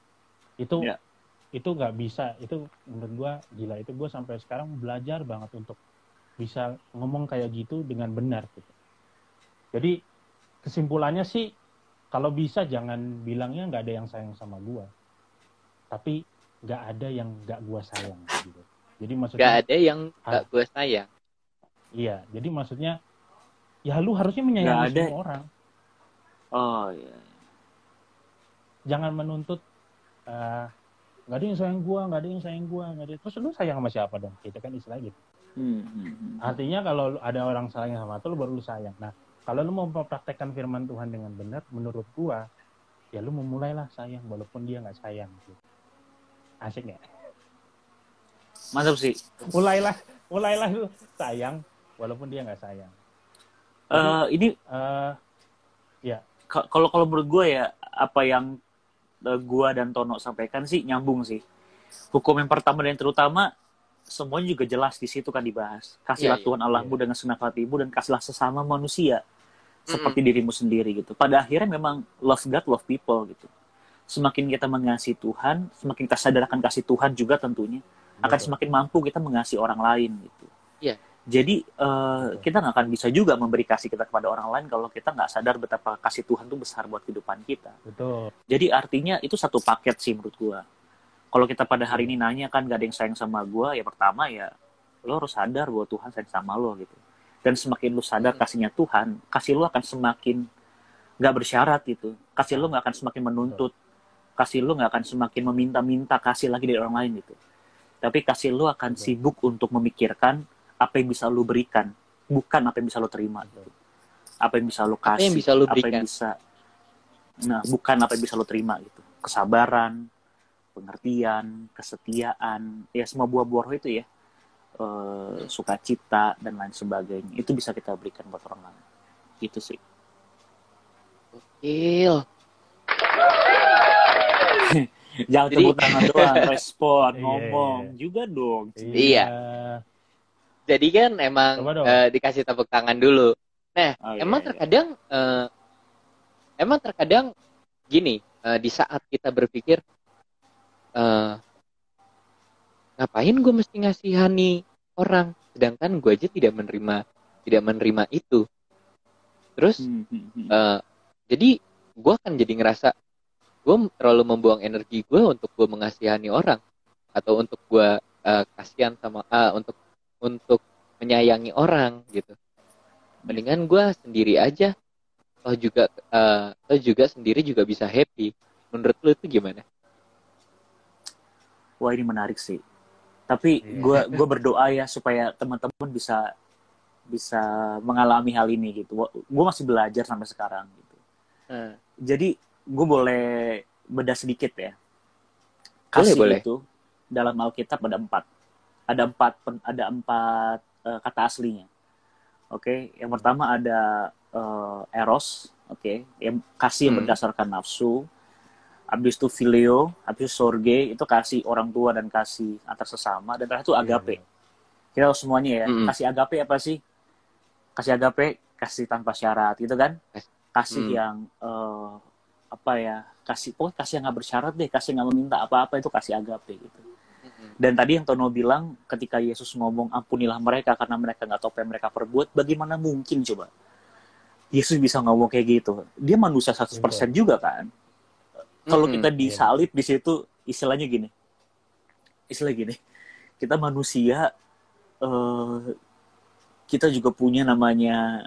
Itu nggak bisa. Itu menurut gua gila. Itu gua sampai sekarang belajar banget untuk bisa ngomong kayak gitu dengan benar gitu. Jadi kesimpulannya sih, kalau bisa jangan bilangnya nggak ada yang sayang sama gua, tapi nggak ada yang nggak gua sayang gitu. Jadi maksudnya nggak ada yang nggak gua sayang. Iya, jadi maksudnya ya lu harusnya menyayangi semua orang. Oh iya. Jangan menuntut nggak ada yang sayang gua, nggak ada yang sayang gua, nggak ada. Terus lu sayang sama siapa dong? Kita kan istilah gitu. Artinya kalau ada orang sayang sama lu baru lu sayang. Nah, kalau lu mau mempraktekkan firman Tuhan dengan benar, menurut gua, ya lu memulailah sayang walaupun dia nggak sayang. Gitu. Asik nggak? Mantap sih. Mulailah lu sayang walaupun dia nggak sayang. Kalau menurut gue ya, apa yang gue dan Tono sampaikan sih nyambung sih. Hukum yang pertama dan terutama semuanya juga jelas di situ kan dibahas. Kasihlah Tuhan Allahmu dengan segenap hatimu dan kasihlah sesama manusia seperti dirimu sendiri gitu. Pada akhirnya memang love God, love people gitu. Semakin kita mengasihi Tuhan, semakin kita sadar akan kasih Tuhan juga tentunya, akan semakin mampu kita mengasihi orang lain gitu. Iya. Jadi kita nggak akan bisa juga memberi kasih kita kepada orang lain kalau kita nggak sadar betapa kasih Tuhan itu besar buat kehidupan kita. Betul. Jadi artinya itu satu paket sih menurut gua. Kalau kita pada hari ini nanya kan gak ada yang sayang sama gua, ya pertama ya lo harus sadar bahwa Tuhan sayang sama lo gitu. Dan semakin lo sadar kasihnya Tuhan, kasih lo akan semakin nggak bersyarat gitu. Kasih lo nggak akan semakin menuntut. Kasih lo nggak akan semakin meminta-minta kasih lagi dari orang lain gitu. Tapi kasih lo akan sibuk untuk memikirkan apa yang bisa lo berikan, bukan apa yang bisa lo terima gitu. Apa yang bisa lo kasih, apa yang bisa lo berikan. Bukan apa yang bisa lo terima gitu. Kesabaran, pengertian, kesetiaan, ya semua buah-buah roh itu ya, sukacita dan lain sebagainya, itu bisa kita berikan buat orang lain. Gitu sih. Gokil. Jangan tepuk tangan doang, respon, ngomong juga dong. Iya. Jadi kan emang dikasih tepuk tangan dulu. Nah, emang terkadang gini, di saat kita berpikir ngapain gue mesti ngasihani orang, sedangkan gue aja tidak menerima itu. Terus jadi gue akan jadi ngerasa gue terlalu membuang energi gue untuk gue mengasihani orang atau untuk gue kasihan sama untuk menyayangi orang gitu. Mendingan gue sendiri aja, toh juga sendiri juga bisa happy. Menurut lu itu gimana? Wah, ini menarik sih. Tapi gue berdoa ya supaya teman-teman bisa mengalami hal ini gitu. Gue masih belajar sampai sekarang gitu. Jadi gue boleh bedah sedikit ya. Kasih Boleh. itu dalam Alkitab ada 4 kata aslinya. Oke, yang pertama ada eros, oke, yang kasih yang berdasarkan nafsu. Habis itu phileo, habis itu sorge, itu kasih orang tua dan kasih antar sesama, dan terakhir itu agape. Kita tahu semuanya ya. Kasih agape apa sih? Kasih agape, kasih tanpa syarat gitu kan? Kasih yang kasih yang nggak bersyarat deh, kasih nggak meminta apa-apa, itu kasih agape gitu. Dan tadi yang Tono bilang, ketika Yesus ngomong ampunilah mereka karena mereka nggak tahu apa yang mereka perbuat, bagaimana mungkin coba Yesus bisa ngomong kayak gitu? Dia manusia 100% juga kan? Kalau kita disalib di situ, istilahnya gini, kita manusia, kita juga punya namanya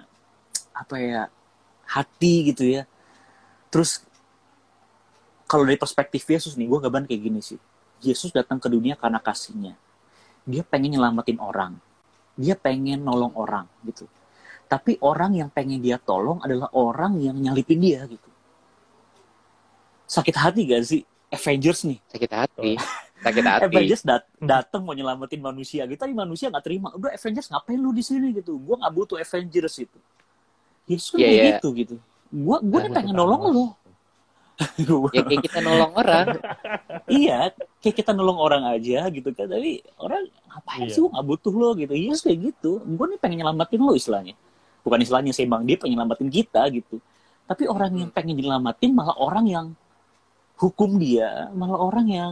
hati gitu ya. Terus kalau dari perspektif Yesus nih, gue gaban kayak gini sih. Yesus datang ke dunia karena kasihnya. Dia pengen nyelamatin orang. Dia pengen nolong orang gitu. Tapi orang yang pengen dia tolong adalah orang yang nyalipin dia gitu. Sakit hati gak sih Avengers nih? Sakit hati. Avengers datang mau nyelamatin manusia gitu, tapi manusia nggak terima. Udah Avengers ngapain lu di sini gitu? Gue nggak butuh Avengers itu. Yesus kan kayak gitu. Gue nih pengen nolong lu. Ya kayak kita nolong orang. Iya, kayak kita nolong orang aja gitu kan. Tapi orang ngapain sih, gue nggak butuh lo gitu. Yesus kayak gitu. Gue nih pengen nyelamatin lo istilahnya. Bukan istilahnya sih bang, dia pengen nyelamatin kita gitu. Tapi orang yang pengen nyelamatin malah orang yang hukum dia, malah orang yang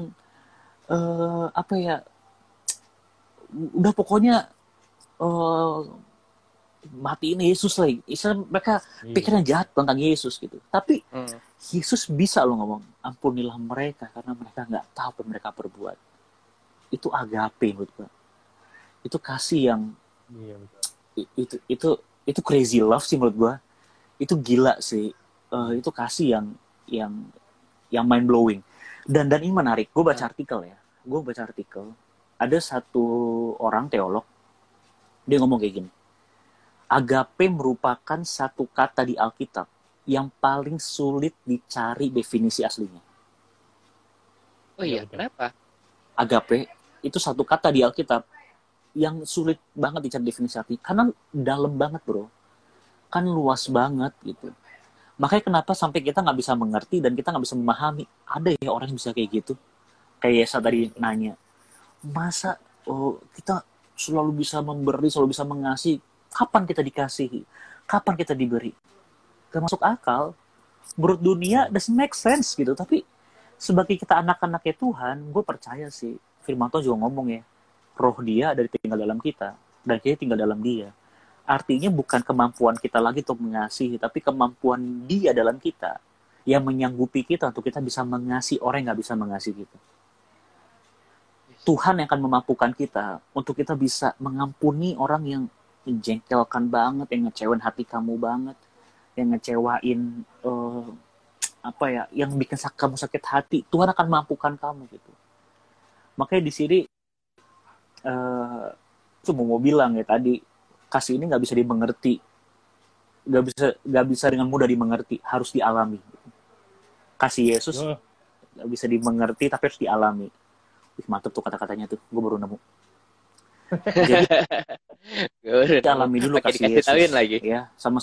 udah pokoknya matiin Yesus lagi. Istilah mereka pikiran jahat tentang Yesus gitu. Tapi Yesus bisa lo ngomong, ampunilah mereka karena mereka nggak tahu apa yang mereka perbuat. Itu agape menurut gue. Itu kasih yang itu crazy love sih menurut gue. Itu gila sih. Itu kasih yang mind blowing. Dan ini menarik. Gue baca artikel. Ada satu orang teolog, dia ngomong kayak gini. Agape merupakan satu kata di Alkitab yang paling sulit dicari definisi aslinya. Oh iya, kenapa? Agape itu satu kata di Alkitab yang sulit banget dicari definisi artinya. Karena dalam banget bro. Kan luas banget gitu. Makanya kenapa sampai kita nggak bisa mengerti dan kita nggak bisa memahami. Ada ya orang yang bisa kayak gitu. Kayak Yesa tadi nanya. Masa kita selalu bisa memberi, selalu bisa mengasihi. Kapan kita dikasihi? Kapan kita diberi? Gak masuk akal. Menurut dunia doesn't make sense gitu. Tapi sebagai kita anak-anaknya Tuhan, gue percaya sih. Firman Tuhan juga ngomong ya. Roh dia dari tinggal dalam kita. Dan kita tinggal dalam dia. Artinya bukan kemampuan kita lagi untuk mengasihi, tapi kemampuan dia dalam kita yang menyanggupi kita untuk kita bisa mengasihi orang yang gak bisa mengasihi kita. Tuhan yang akan memampukan kita untuk kita bisa mengampuni orang yang menjengkelkan banget, yang ngecewain hati kamu banget, yang ngecewain yang bikin kamu sakit hati. Tuhan akan memampukan kamu gitu. Makanya di sini mau bilang ya tadi, kasih ini nggak bisa dimengerti, nggak bisa dengan mudah dimengerti, harus dialami. Kasih Yesus nggak bisa dimengerti tapi harus dialami. Mantap tuh kata-katanya tuh, gue baru nemu. Jadi alami dulu kasih Yesus lagi. Ya sama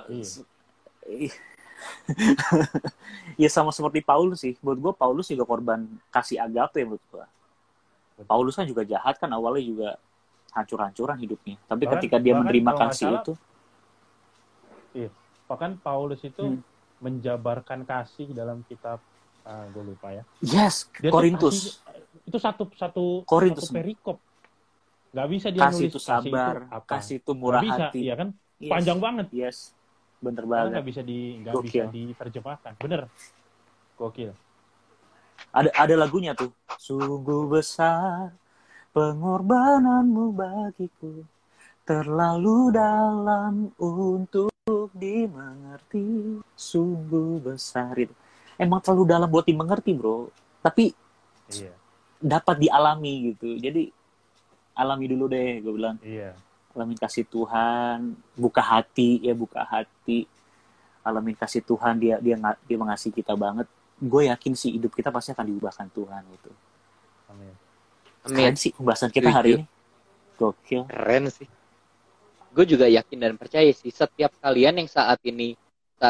ya sama seperti Paulus sih. Buat gue Paulus juga korban kasih agape menurut gue. Paulus kan juga jahat kan, awalnya juga hancur-hancuran hidupnya. Tapi ketika dia menerima kasih itu. Iya. Bahkan Paulus itu menjabarkan kasih dalam kitab, gue lupa ya. Yes, Korintus. Itu satu Korintus. perikop. Gak bisa dia kasih nulis itu sabar, kasih itu murah hati. Iya kan? Yes. Panjang banget. Yes. Bener Karena banget. nggak Gokil. bisa diterjemahkan. Bener, gokil. Ada lagunya tuh. Sungguh besar pengorbananmu bagiku, terlalu dalam untuk dimengerti. Sungguh besar itu. Emang terlalu dalam buat dimengerti, bro. Tapi Iya, dapat dialami gitu. Jadi alami dulu deh, gue bilang. iya. Alamin kasih Tuhan, buka hati ya, buka hati. Alamin kasih Tuhan, dia mengasihi kita banget. Gue yakin sih hidup kita pasti akan diubahkan Tuhan gitu. Amin. Keren Amin. sih pembahasan kita hari Setuju. ini. Gokil. Keren sih. Gue juga yakin dan percaya sih setiap kalian yang saat ini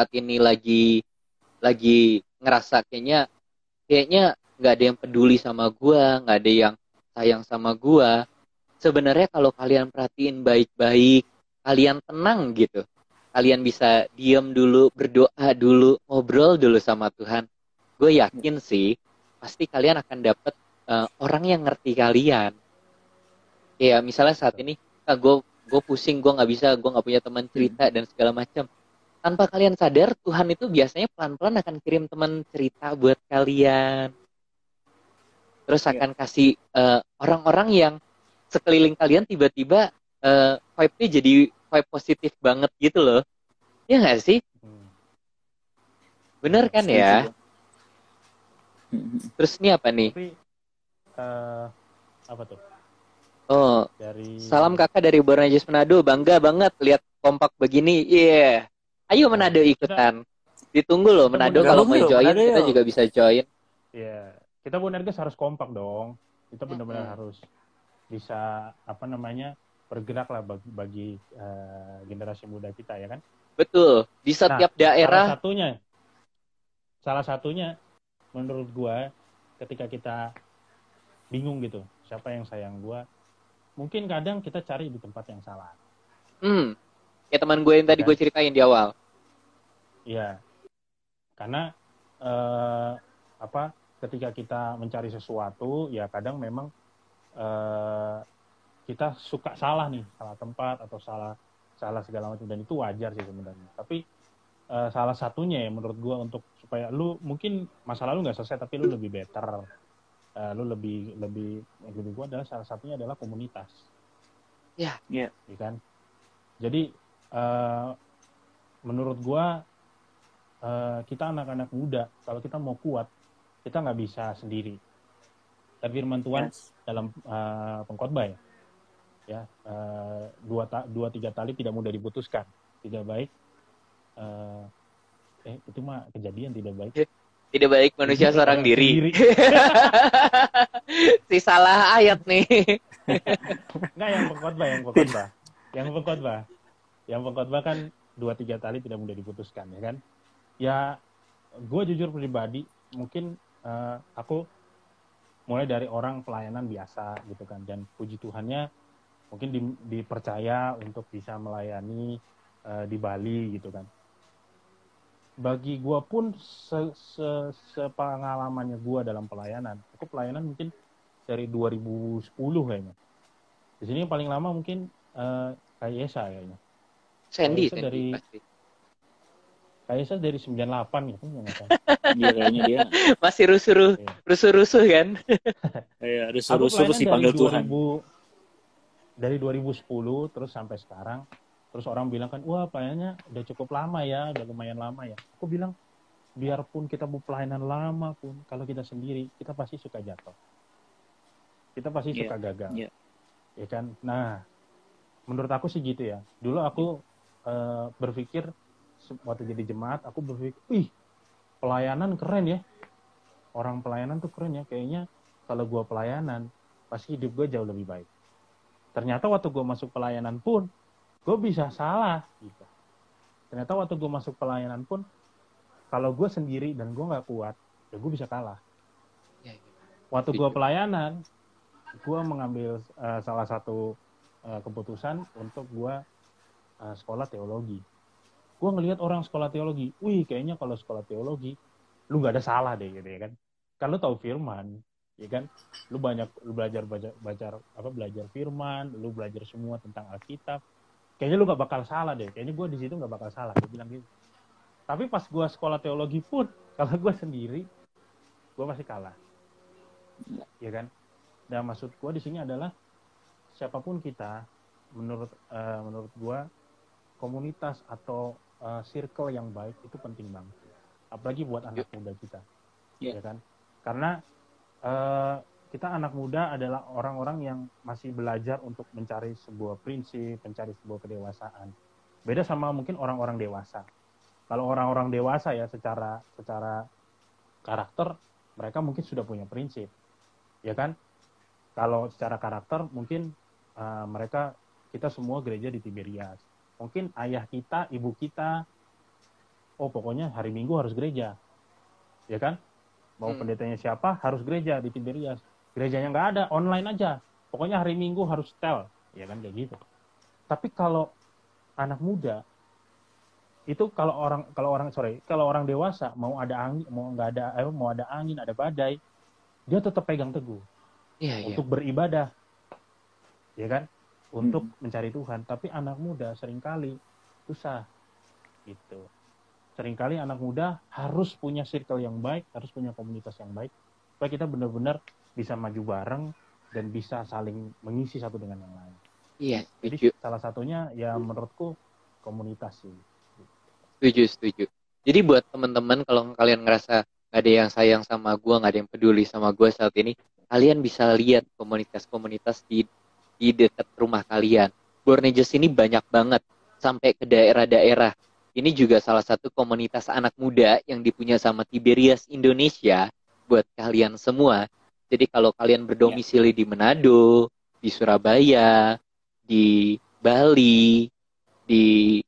lagi ngerasa kayaknya nggak ada yang peduli sama gue, nggak ada yang sayang sama gue. Sebenarnya kalau kalian perhatiin baik-baik, kalian tenang gitu, kalian bisa diam dulu, berdoa dulu, ngobrol dulu sama Tuhan. Gue yakin sih pasti kalian akan dapet orang yang ngerti kalian. Kayak misalnya saat ini, gue pusing, gue nggak punya teman cerita dan segala macam. Tanpa kalian sadar, Tuhan itu biasanya pelan-pelan akan kirim teman cerita buat kalian. Terus akan kasih orang-orang yang sekeliling kalian tiba-tiba vibe-nya jadi vibe positif banget gitu loh. Ya nggak sih? Bener kan ya? Terus ini apa nih? Tapi apa tuh? Oh, Dari salam kakak dari Borneo Manado. Bangga banget lihat kompak begini. Iya. Ayo Manado ikutan. Ditunggu loh Kita Manado mau kalau gabung mau yuk, join Manado kita yuk. juga bisa join. ya kita Bonerges harus kompak dong. Kita benar-benar harus bisa bergerak lah bagi generasi muda kita ya kan. Betul. Di setiap daerah. Salah satunya menurut gua ketika kita bingung gitu siapa yang sayang gua, mungkin kadang kita cari di tempat yang salah. Kayak teman gue yang tadi gue ceritain di awal. Iya. Karena ketika kita mencari sesuatu ya kadang memang kita suka salah nih, salah tempat atau salah segala macam, dan itu wajar sih sebenarnya. Tapi salah satunya ya menurut gue untuk supaya lu mungkin masa lalu nggak selesai tapi lu lebih better, lu lebih gue adalah salah satunya adalah komunitas. Ya. Iya. Ya kan. Jadi menurut gue kita anak-anak muda kalau kita mau kuat kita nggak bisa sendiri. Dan firman Tuhan dalam pengkhotbah ya 2-3 tali tidak mudah diputuskan, tidak baik. Itu mah kejadian tidak baik. Tidak baik manusia seorang diri. Si salah ayat nih. Enggak, yang pengkhotbah kan 2-3 tali tidak mudah diputuskan ya kan. Ya gue jujur pribadi mungkin aku mulai dari orang pelayanan biasa gitu kan, dan puji Tuhannya mungkin dipercaya untuk bisa melayani di Bali gitu kan. Bagi gue pun sepengalamannya gue dalam pelayanan, aku pelayanan mungkin dari 2010 kayaknya. Di sini yang paling lama mungkin Kak Yesa kayaknya. Sandy pasti. Kak Yesa dari 98 gitu. Iya kayaknya dia. Masih rusuh kan? Iya, rusuh sih panggil Tuhan. Dari 2010 terus sampai sekarang. Terus orang bilang kan, wah pelayanannya udah cukup lama ya, udah lumayan lama ya. Aku bilang, biarpun kita mau pelayanan lama pun, kalau kita sendiri, kita pasti suka jatuh. Kita pasti suka gagal. Yeah. Ya kan? Nah, menurut aku sih gitu ya. Dulu aku berpikir, waktu jadi jemaat, aku berpikir, pelayanan keren ya. Orang pelayanan tuh keren ya. Kayaknya kalau gue pelayanan, pasti hidup gue jauh lebih baik. Ternyata waktu gue masuk pelayanan pun, gue bisa salah gitu. Ternyata waktu gue masuk pelayanan pun kalau gue sendiri dan gue nggak kuat ya gue bisa kalah. Waktu gue pelayanan gue mengambil salah satu keputusan untuk gue sekolah teologi. Gue ngelihat orang sekolah teologi, kayaknya kalau sekolah teologi lu nggak ada salah deh gitu ya kan. Kan lu tahu firman ya kan, lu belajar firman, lu belajar semua tentang Alkitab. kayaknya lu nggak bakal salah deh, kayaknya gue di situ nggak bakal salah, gue bilang gitu. Tapi pas gue sekolah teologi pun, kalau gue sendiri, gue masih kalah, ya kan? Dan maksud gue di sini adalah siapapun kita, menurut gue komunitas atau circle yang baik itu penting banget, apalagi buat anak muda kita, ya kan? Karena kita anak muda adalah orang-orang yang masih belajar untuk mencari sebuah prinsip, mencari sebuah kedewasaan. Beda sama mungkin orang-orang dewasa. Kalau orang-orang dewasa ya secara karakter mereka mungkin sudah punya prinsip, ya kan? Kalau secara karakter mungkin mereka, kita semua gereja di Tiberias. Mungkin ayah kita, ibu kita, oh pokoknya hari Minggu harus gereja, ya kan? Mau pendetanya siapa harus gereja di Tiberias. Gerejanya nggak ada, online aja. Pokoknya hari Minggu harus setel, ya kan kayak gitu. Tapi kalau anak muda itu kalau orang dewasa mau ada angin, mau ada angin, ada badai, dia tetap pegang teguh untuk beribadah, ya kan, untuk mencari Tuhan. Tapi anak muda seringkali susah, gitu. Seringkali anak muda harus punya circle yang baik, harus punya komunitas yang baik, supaya kita benar-benar bisa maju bareng dan bisa saling mengisi satu dengan yang lain. Iya, jadi salah satunya ya menurutku komunitas sih. Setuju. Jadi buat teman-teman, kalau kalian ngerasa gak ada yang sayang sama gue, gak ada yang peduli sama gue saat ini, kalian bisa lihat komunitas-komunitas di dekat rumah kalian. Born-Ages ini banyak banget, sampai ke daerah-daerah. Ini juga salah satu komunitas anak muda yang dipunya sama Tiberias Indonesia buat kalian semua. Jadi kalau kalian berdomisili di Manado, di Surabaya, di Bali, di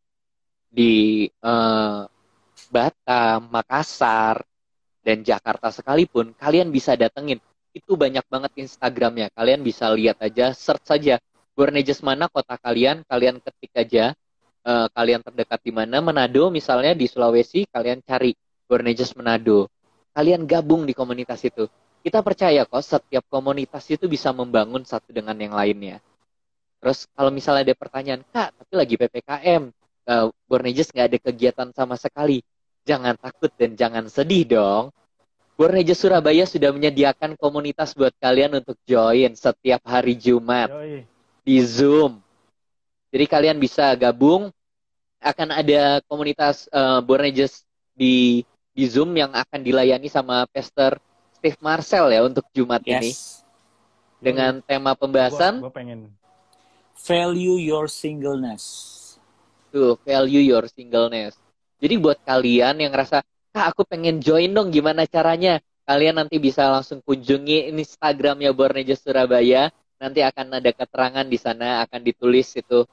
Batam, Makassar, dan Jakarta sekalipun, kalian bisa datengin. Itu banyak banget Instagramnya. Kalian bisa lihat aja, search saja Born-Ages mana kota kalian ketik aja. Kalian terdekat di mana, Manado misalnya di Sulawesi, kalian cari Born-Ages Manado. Kalian gabung di komunitas itu. Kita percaya kok setiap komunitas itu bisa membangun satu dengan yang lainnya. Terus kalau misalnya ada pertanyaan, Kak, tapi lagi PPKM, Born-Ages nggak ada kegiatan sama sekali. Jangan takut dan jangan sedih dong. Born-Ages Surabaya sudah menyediakan komunitas buat kalian untuk join setiap hari Jumat di Zoom. Jadi kalian bisa gabung. Akan ada komunitas Born-Ages di Zoom yang akan dilayani sama Pastor Steve Marcel ya untuk Jumat ini. Dengan tema pembahasan gua pengen value your singleness. Tuh, value your singleness. Jadi buat kalian yang ngerasa, Kak aku pengen join dong, gimana caranya? Kalian nanti bisa langsung kunjungi Instagramnya Born-Ages Surabaya. Nanti akan ada keterangan di sana, akan ditulis itu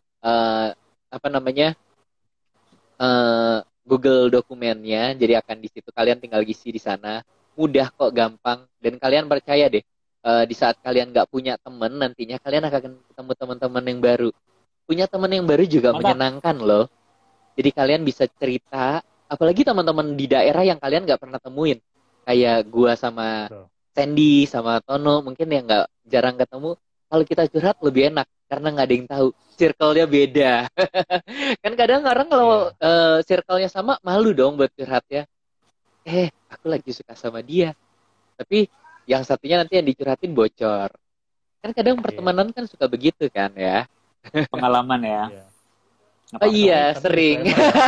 Google dokumennya. Jadi akan di situ kalian tinggal isi di sana. Mudah kok, gampang. Dan kalian percaya deh, di saat kalian nggak punya teman, nantinya kalian akan ketemu teman-teman yang baru. Punya teman yang baru juga menyenangkan loh. Jadi kalian bisa cerita, apalagi teman-teman di daerah yang kalian nggak pernah temuin. Kayak gua sama Sandy, sama Tono, mungkin yang nggak jarang ketemu. Kalau kita curhat lebih enak, karena nggak ada yang tahu. Circle-nya beda. Kan kadang orang kalau circle-nya sama, malu dong buat curhat ya. Aku lagi suka sama dia. Tapi yang satunya nanti yang dicurhatin bocor. Kan kadang pertemanan kan suka begitu kan ya. Pengalaman ya. Oh iya, sering.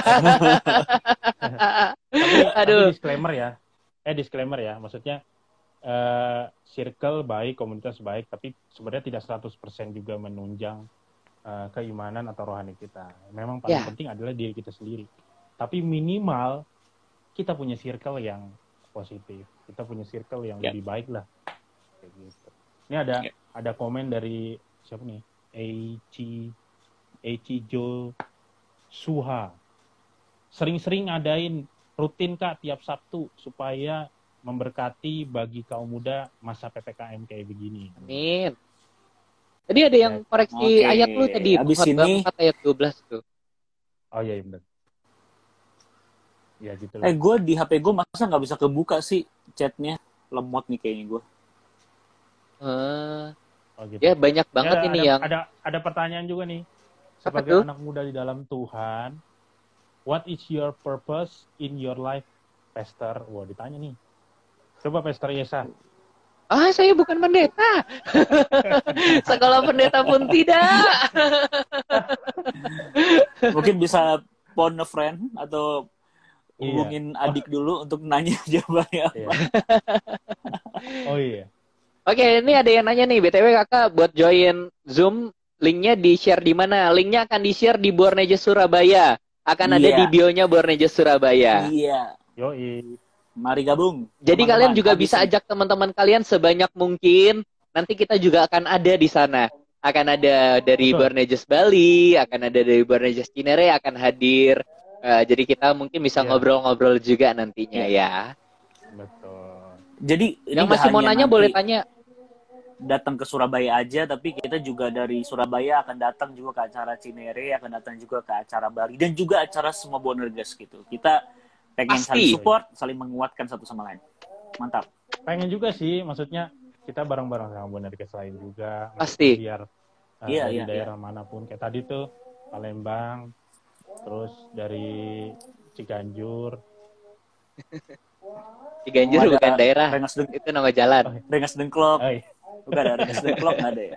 Tapi disclaimer ya. Maksudnya circle baik, komunitas baik, tapi sebenarnya tidak 100% juga menunjang keimanan atau rohani kita. Memang paling penting adalah diri kita sendiri. Tapi minimal kita punya circle yang positif. Kita punya circle yang lebih baik lah. Kayak gitu. Ini ada komen dari siapa nih? Eichijo Suha. Sering-sering adain rutin Kak tiap Sabtu supaya memberkati bagi kaum muda masa PPKM kayak begini. Amin. Tadi ada yang koreksi ayat lu tadi. Abis ini 4 ayat 12 tuh. Oh iya benar. Ya gitu lah. Gue di HP gue masa nggak bisa kebuka sih chatnya, lemot nih kayaknya gue. Oh, gitu. Ya banyak banget ini yang ada pertanyaan juga nih. sebagai tuh? anak muda di dalam Tuhan, what is your purpose in your life, Pastor? Wah, ditanya nih. Coba Pastor Yesa. Saya bukan pendeta. Sekolah pendeta pun tidak. Mungkin bisa phone a friend atau Iya. hubungin adik dulu untuk nanya jawabannya apa. Iya. Oh iya. Oke, ini ada yang nanya nih, BTW kakak buat join Zoom, linknya di-share di mana? Linknya akan di-share di Bornejes Surabaya. Akan ada Iya. di bio-nya Bornejes Surabaya. Iya. Yoi. Mari gabung. Jadi teman-teman. kalian juga Habis bisa ini. ajak teman-teman kalian sebanyak mungkin. Nanti kita juga akan ada di sana. Akan ada dari Betul. Bornejes Bali, akan ada dari Bornejes Cinere akan hadir. Jadi kita mungkin bisa Iya. ngobrol-ngobrol juga nantinya ya. Betul. Jadi ini Yang nggak masih mau hanya nanya nanti boleh tanya. datang ke Surabaya aja, tapi kita juga dari Surabaya akan datang juga ke acara Cinere, akan datang juga ke acara Bali, dan juga acara semua Bonerges gitu. Kita pengen Pasti. saling support, saling menguatkan satu sama lain. Mantap. Pengen juga sih, maksudnya kita bareng-bareng sama Bonerges lain juga. Pasti. Biar Iya, dari iya, daerah manapun. Kayak tadi tuh Palembang, terus dari Ciganjur. Ciganjur Mau ada bukan daerah, itu nama jalan. Rengas Dengklok. Oh, iya. Bukan ada Rengas Dengklok, nggak ada ya?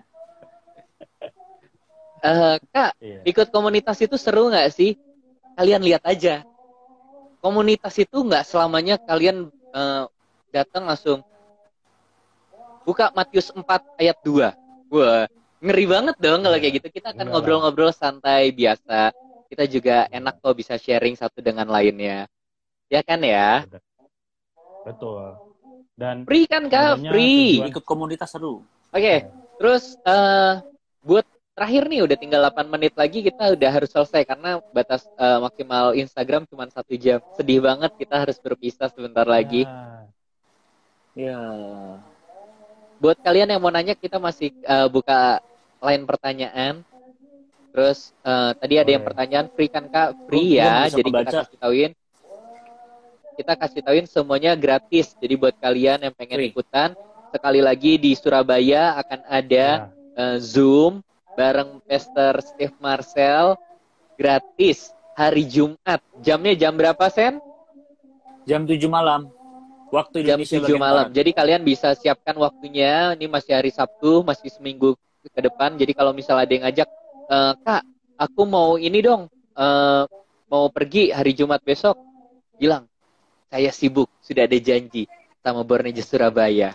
Kak, Iya. ikut komunitas itu seru nggak sih? Kalian lihat aja. Komunitas itu nggak selamanya kalian datang langsung buka Matius 4 ayat 2. Wah, ngeri banget dong kalau kayak gitu. Kita akan Enggak ngobrol-ngobrol santai biasa. Kita juga enak kok bisa sharing satu dengan lainnya. Ya kan ya? Betul. Dan Free kan Kak? sebenarnya Free. tujuan- Ikut komunitas seru. Oke, terus buat terakhir nih udah tinggal 8 menit lagi kita udah harus selesai karena batas maksimal Instagram cuma 1 jam. Sedih banget kita harus berpisah sebentar lagi. Ya, Ya. Buat kalian yang mau nanya kita masih buka line pertanyaan. Terus tadi ada yang Boleh. pertanyaan free kan Kak? Free Gua ya. belum bisa Jadi kita kebaca. kasih tauin. Kita kasih tauin semuanya gratis. Jadi buat kalian yang pengen Free. ikutan, sekali lagi di Surabaya akan ada ya. Zoom bareng Pastor Steve Marcel gratis hari Jumat. Jamnya jam berapa, Sen? Jam 7 malam. Waktu Jam Indonesia 7 bagian malam. barat. Jadi kalian bisa siapkan waktunya. Ini masih hari Sabtu, masih seminggu ke depan. Jadi kalau misalnya ada yang ngajak, Kak, aku mau ini dong, mau pergi hari Jumat besok. Bilang, saya sibuk, sudah ada janji sama Bornejes Surabaya.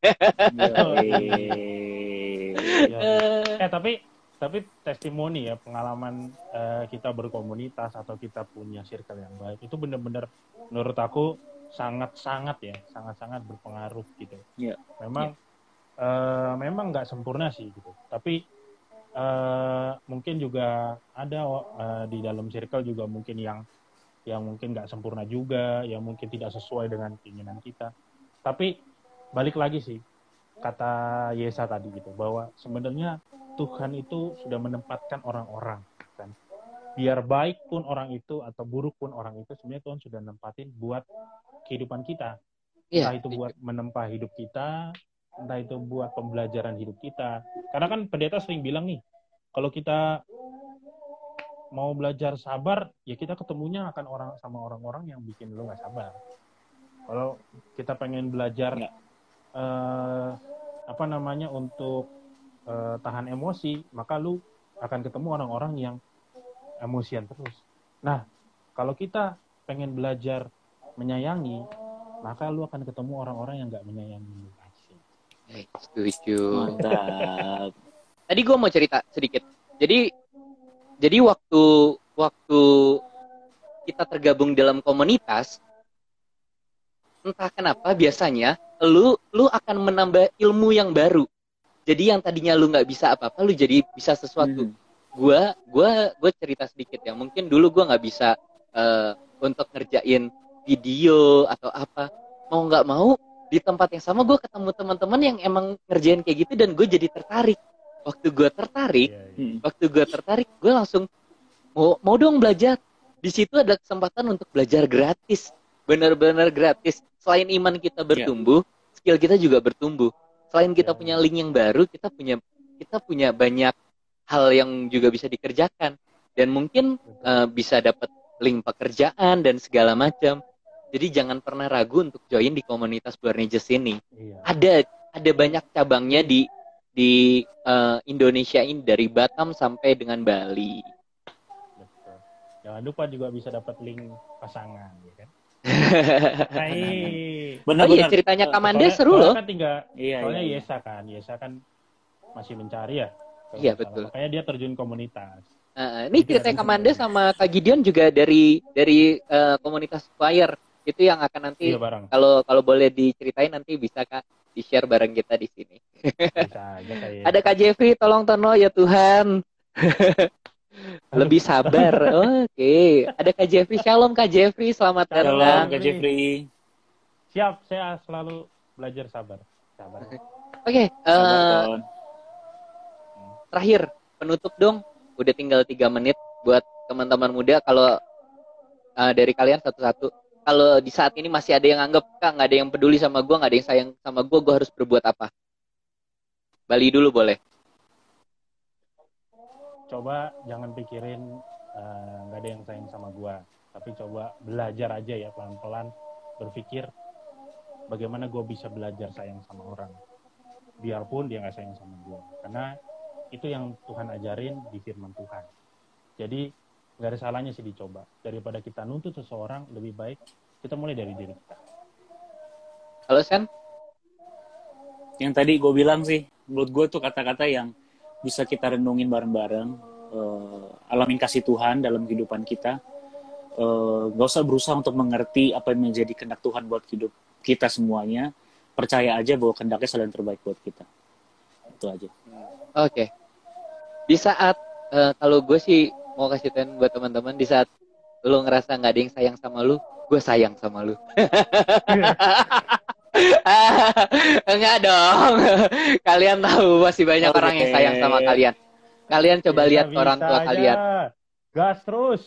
Ya. Tapi testimoni ya, pengalaman kita berkomunitas atau kita punya circle yang baik itu benar-benar menurut aku sangat-sangat berpengaruh gitu. Iya. Memang nggak sempurna sih gitu. Tapi mungkin juga ada di dalam circle juga mungkin yang mungkin nggak sempurna juga, yang mungkin tidak sesuai dengan keinginan kita. Tapi balik lagi sih kata Yesa tadi gitu, bahwa sebenarnya Tuhan itu sudah menempatkan orang-orang kan. Biar baik pun orang itu atau buruk pun orang itu, sebenarnya Tuhan sudah nempatin buat kehidupan kita. Entah itu buat menempa hidup kita, entah itu buat pembelajaran hidup kita. Karena kan pendeta sering bilang nih, kalau kita mau belajar sabar, ya kita ketemunya akan sama orang-orang yang bikin lu nggak sabar. Kalau kita pengen belajar untuk tahan emosi, maka lu akan ketemu orang-orang yang emosian terus. Nah, kalau kita pengen belajar menyayangi, maka lu akan ketemu orang-orang yang nggak menyayangi lu. Setuju. Mantap. Tadi gue mau cerita sedikit. Jadi waktu kita tergabung dalam komunitas, entah kenapa biasanya lu akan menambah ilmu yang baru. Jadi yang tadinya lu nggak bisa apa-apa, lu jadi bisa sesuatu. Gue cerita sedikit ya. Mungkin dulu gue nggak bisa untuk ngerjain video atau apa. Mau nggak mau di tempat yang sama gue ketemu teman-teman yang emang ngerjain kayak gitu dan gue jadi tertarik. Waktu gue tertarik, gue langsung mau dong belajar. Di situ ada kesempatan untuk belajar gratis, benar-benar gratis. Selain iman kita bertumbuh, skill kita juga bertumbuh. Selain kita punya link yang baru, kita punya banyak hal yang juga bisa dikerjakan dan mungkin bisa dapat link pekerjaan dan segala macam. Jadi jangan pernah ragu untuk join di komunitas Borneges ini. Iya. Ada banyak cabangnya di Indonesia ini, dari Batam sampai dengan Bali. Betul. Jangan lupa juga bisa dapat link pasangan, ya kan? Benar, oh iya, ceritanya Kamanda seru loh. Kan tinggal, soalnya Iya. Yesa kan masih mencari ya. Iya betul. Makanya dia terjun komunitas. Ini ceritanya Kamanda sama Kak Gideon juga dari komunitas Fire. Itu yang akan nanti kalau boleh diceritain nanti bisa Kak di-share bareng kita di sini. Bisa aja kayak. Ada Kak Jeffrey, tolong Tono ya Tuhan. Lebih sabar. Oke. Ada Kak Jeffrey. Shalom Kak Jeffrey, selamat datang. Shalom Kak Jeffrey. Siap, saya selalu belajar sabar. Oke. Terakhir, penutup dong. Udah tinggal 3 menit buat teman-teman muda. Kalau dari kalian satu-satu, kalau di saat ini masih ada yang anggap, Kak, nggak ada yang peduli sama gue, nggak ada yang sayang sama gue harus berbuat apa? Bali dulu boleh. Coba jangan pikirin nggak ada yang sayang sama gue, tapi coba belajar aja ya pelan-pelan, berpikir bagaimana gue bisa belajar sayang sama orang, biarpun dia nggak sayang sama gue, karena itu yang Tuhan ajarin di firman Tuhan. Jadi nggak ada salahnya sih dicoba. Daripada kita nuntut seseorang, lebih baik kita mulai dari diri kita. Halo Sen? Yang tadi gue bilang sih, menurut gue tuh kata-kata yang bisa kita renungin bareng-bareng. Alamin kasih Tuhan dalam kehidupan kita. Gak usah berusaha untuk mengerti apa yang menjadi kehendak Tuhan buat hidup kita semuanya. Percaya aja bahwa kehendaknya selalu yang terbaik buat kita. Itu aja. Oke. Di saat kalau gue sih mau kasih tahu buat teman-teman, di saat lu ngerasa nggak ada yang sayang sama lu, gue sayang sama lu. Enggak dong. Kalian tahu masih banyak orang yang sayang sama kalian. Kalian coba lihat orang tua kalian. Gas terus.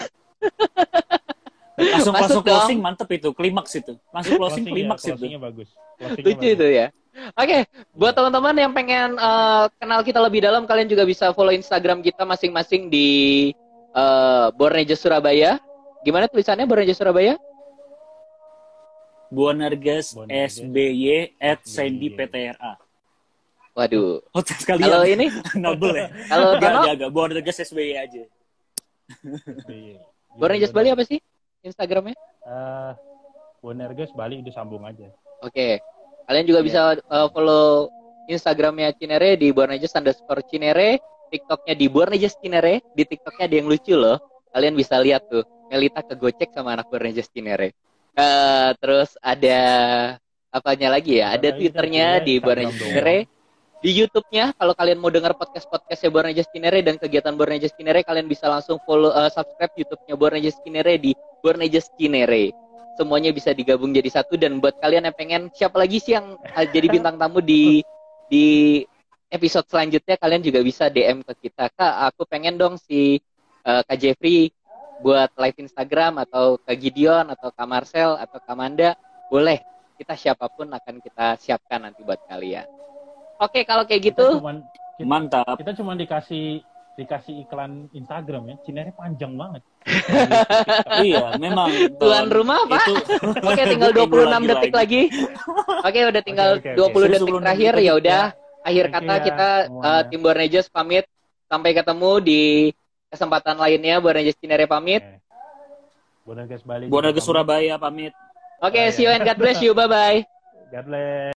Langsung closing, mantep itu, klimaks itu. Langsung closing, klimaks itu. Closingnya bagus. Lucu itu ya. Oke, buat teman-teman yang pengen kenal kita lebih dalam, kalian juga bisa follow Instagram kita masing-masing di Borneges Surabaya. Gimana tulisannya Borneges Surabaya? Borneges SBY @sandyptra. Waduh. Sekalian. Kalau ini? Nobel ya? Kalau Enggak. Borneges SBY aja. Borneges Bali apa sih Instagramnya? Borneges Bali, itu sambung aja. Oke. Kalian juga bisa follow Instagramnya Cinere di Borneges_Cinere, TikToknya di Borneges Cinere. Di TikToknya ada yang lucu loh. Kalian bisa lihat tuh, Melita kegocek sama anak Borneges Cinere. Terus ada apanya lagi ya? Ada Twitternya di Borneges Cinere. Di YouTube-nya, kalau kalian mau dengar podcast-podcastnya Borneges Cinere dan kegiatan Borneges Cinere, kalian bisa langsung follow, subscribe YouTube-nya Borneges Cinere di Borneges Cinere. Semuanya bisa digabung jadi satu. Dan buat kalian yang pengen, siapa lagi sih yang jadi bintang tamu di episode selanjutnya, kalian juga bisa DM ke kita. Kak, aku pengen dong si Kak Jeffrey buat live Instagram, atau Kak Gideon, atau Kak Marcel, atau Kak Manda. Boleh, kita siapapun akan kita siapkan nanti buat kalian. Oke, kalau kayak gitu. Mantap. Kita cuma dikasih iklan Instagram ya. Cinere panjang banget. Iya, memang. Tuan rumah, Pak. Oke, tinggal 26 detik lagi. Oke, udah tinggal 20 detik terakhir. Ya udah, akhir kata kita tim Borneges pamit. Sampai ketemu di kesempatan lainnya. Borneges Cinere pamit. Borneges Bali. Borneges Surabaya pamit. Oke, see you and God bless you. Bye-bye. God bless.